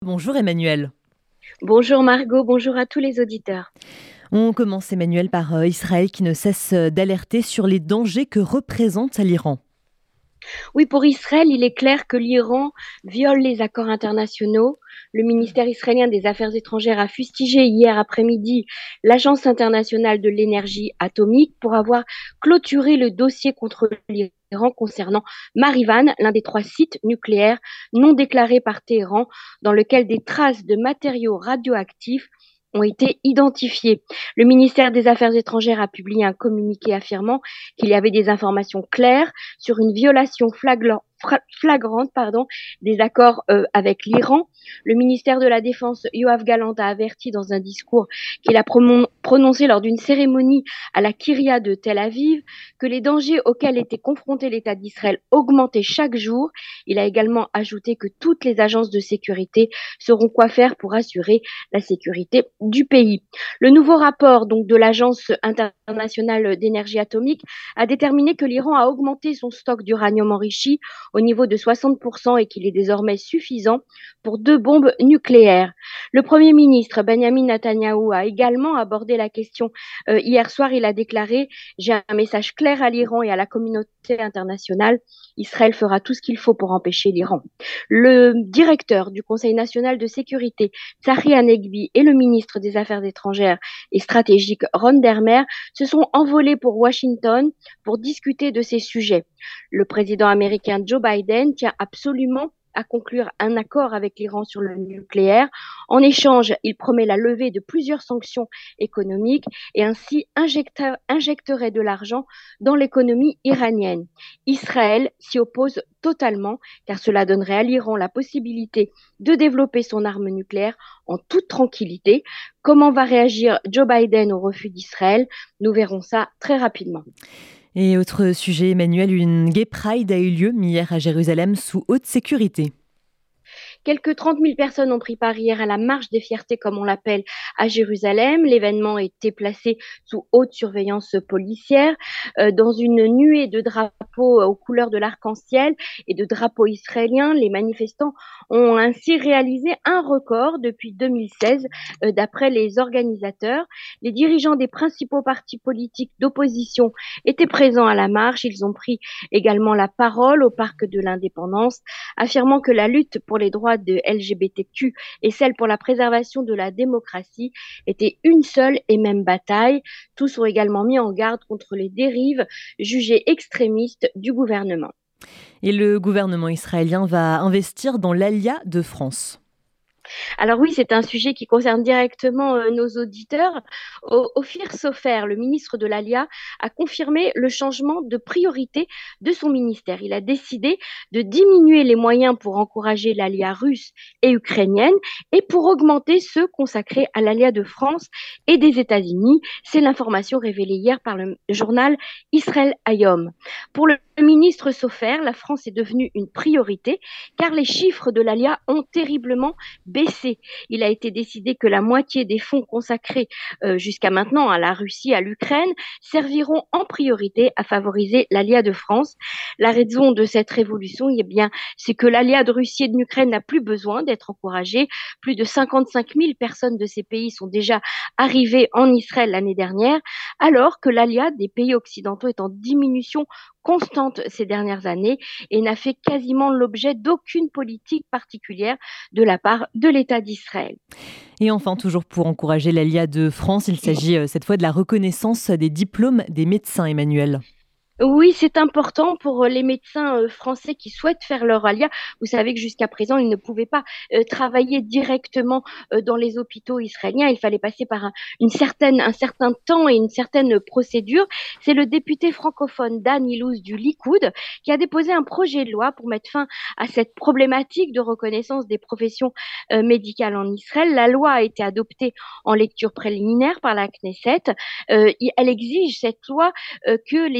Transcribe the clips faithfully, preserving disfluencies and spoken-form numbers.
Bonjour Emmanuel. Bonjour Margot, bonjour à tous les auditeurs. On commence Emmanuel par euh, Israël qui ne cesse euh, d'alerter sur les dangers que représente l'Iran. Oui, pour Israël, il est clair que l'Iran viole les accords internationaux. Le ministère israélien des Affaires étrangères a fustigé hier après-midi l'Agence internationale de l'énergie atomique pour avoir clôturé le dossier contre l'Iran concernant Marivan, l'un des trois sites nucléaires non déclarés par Téhéran, dans lequel des traces de matériaux radioactifs ont été identifiées. Le ministère des Affaires étrangères a publié un communiqué affirmant qu'il y avait des informations claires sur une violation flagla- fra- flagrante pardon, des accords euh, avec l'Iran. Le ministère de la Défense, Yoav Gallant, a averti dans un discours qu'il a promon- prononcé lors d'une cérémonie à la Kyria de Tel Aviv que les dangers auxquels était confronté l'État d'Israël augmentaient chaque jour. Il a également ajouté que toutes les agences de sécurité sauront quoi faire pour assurer la sécurité du pays. Le nouveau rapport donc de l'Agence internationale d'énergie atomique a déterminé que l'Iran a augmenté son stock d'uranium enrichi au niveau de soixante pour cent et qu'il est désormais suffisant pour deux bombes nucléaires. Le Premier ministre Benjamin Netanyahou a également abordé la question euh, hier soir. Il a déclaré: j'ai un message clair à l'Iran et à la communauté internationale. Israël fera tout ce qu'il faut pour empêcher l'Iran. Le directeur du Conseil national de sécurité, Tsahi Hanegbi, et le ministre des Affaires étrangères et stratégiques, Ron Dermer, se sont envolés pour Washington pour discuter de ces sujets. Le président américain Joe Biden tient absolument à conclure un accord avec l'Iran sur le nucléaire. En échange, il promet la levée de plusieurs sanctions économiques et ainsi injecta- injecterait de l'argent dans l'économie iranienne. Israël s'y oppose totalement car cela donnerait à l'Iran la possibilité de développer son arme nucléaire en toute tranquillité. Comment va réagir Joe Biden au refus d'Israël? Nous verrons ça très rapidement. Et autre sujet Emmanuel, une Gay Pride a eu lieu hier à Jérusalem sous haute sécurité. Quelques trente mille personnes ont pris part hier à la marche des fiertés, comme on l'appelle, à Jérusalem. L'événement était placé sous haute surveillance policière, euh, dans une nuée de drapeaux aux couleurs de l'arc-en-ciel et de drapeaux israéliens. Les manifestants ont ainsi réalisé un record depuis deux mille seize, euh, d'après les organisateurs. Les dirigeants des principaux partis politiques d'opposition étaient présents à la marche. Ils ont pris également la parole au parc de l'Indépendance, affirmant que la lutte pour les droits de L G B T Q et celle pour la préservation de la démocratie étaient une seule et même bataille. Tous ont également mis en garde contre les dérives jugées extrémistes du gouvernement. Et le gouvernement israélien va investir dans l'A L I A de France. Alors oui, c'est un sujet qui concerne directement euh, nos auditeurs. O- Ophir Sofer, le ministre de l'A L I A, a confirmé le changement de priorité de son ministère. Il a décidé de diminuer les moyens pour encourager l'A L I A russe et ukrainienne et pour augmenter ceux consacrés à l'A L I A de France et des États-Unis. C'est l'information révélée hier par le journal Israël Hayom. Pour le ministre Sofer, la France est devenue une priorité car les chiffres de l'A L I A ont terriblement baissé. Il a été décidé que la moitié des fonds consacrés euh, jusqu'à maintenant à la Russie, à l'Ukraine, serviront en priorité à favoriser l'A L I A de France. La raison de cette révolution, eh bien, c'est que l'A L I A de Russie et d'Ukraine n'a plus besoin d'être encouragée. Plus de cinquante-cinq mille personnes de ces pays sont déjà arrivées en Israël l'année dernière, alors que l'A L I A des pays occidentaux est en diminution constante ces dernières années et n'a fait quasiment l'objet d'aucune politique particulière de la part de l'État d'Israël. Et enfin, toujours pour encourager l'A L I A de France, il s'agit euh, cette fois de la reconnaissance des diplômes des médecins, Emmanuel. Oui, c'est important pour euh, les médecins euh, français qui souhaitent faire leur A L I A. Vous savez que jusqu'à présent, ils ne pouvaient pas euh, travailler directement euh, dans les hôpitaux israéliens. Il fallait passer par un, une certaine, un certain temps et une certaine procédure. C'est le député francophone Dan Ilouz du Likoud qui a déposé un projet de loi pour mettre fin à cette problématique de reconnaissance des professions euh, médicales en Israël. La loi a été adoptée en lecture préliminaire par la Knesset. Euh, elle exige, cette loi, euh, que les exigences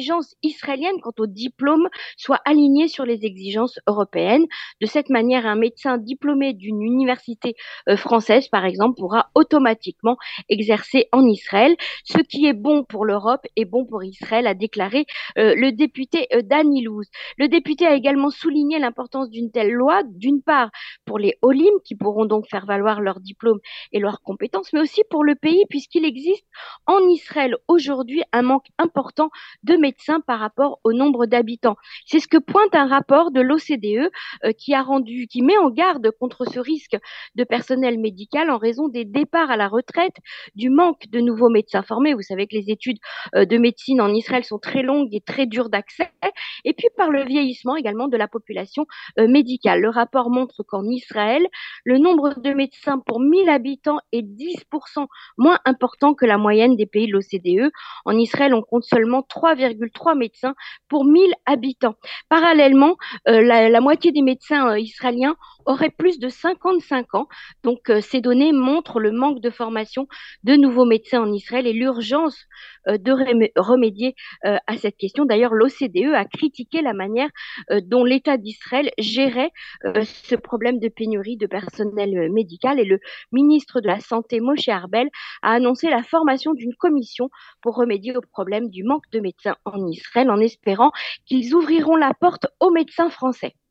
exigences israéliennes quant au diplôme soient alignées sur les exigences européennes. De cette manière, un médecin diplômé d'une université euh, française, par exemple, pourra automatiquement exercer en Israël. Ce qui est bon pour l'Europe est bon pour Israël, a déclaré euh, le député euh, Dan Ilouz. Le député a également souligné l'importance d'une telle loi, d'une part pour les Olim, qui pourront donc faire valoir leur diplôme et leurs compétences, mais aussi pour le pays, puisqu'il existe en Israël aujourd'hui un manque important de médecins par rapport au nombre d'habitants. C'est ce que pointe un rapport de l'O C D E euh, qui a rendu, qui met en garde contre ce risque de personnel médical en raison des départs à la retraite, du manque de nouveaux médecins formés. Vous savez que les études euh, de médecine en Israël sont très longues et très dures d'accès, et puis par le vieillissement également de la population euh, médicale. Le rapport montre qu'en Israël, le nombre de médecins pour mille habitants est dix pour cent moins important que la moyenne des pays de l'O C D E. En Israël, on compte seulement trois virgule trois médecins pour mille habitants. Parallèlement, euh, la, la, moitié des médecins euh, israéliens auraient plus de cinquante-cinq ans. Donc, euh, ces données montrent le manque de formation de nouveaux médecins en Israël et l'urgence euh, de ré- remédier euh, à cette question. D'ailleurs, l'O C D E a critiqué la manière euh, dont l'État d'Israël gérait euh, ce problème de pénurie de personnel euh, médical, et le ministre de la Santé, Moshe Arbel, a annoncé la formation d'une commission pour remédier au problème du manque de médecins en Israël, en espérant qu'ils ouvriront la porte aux médecins français.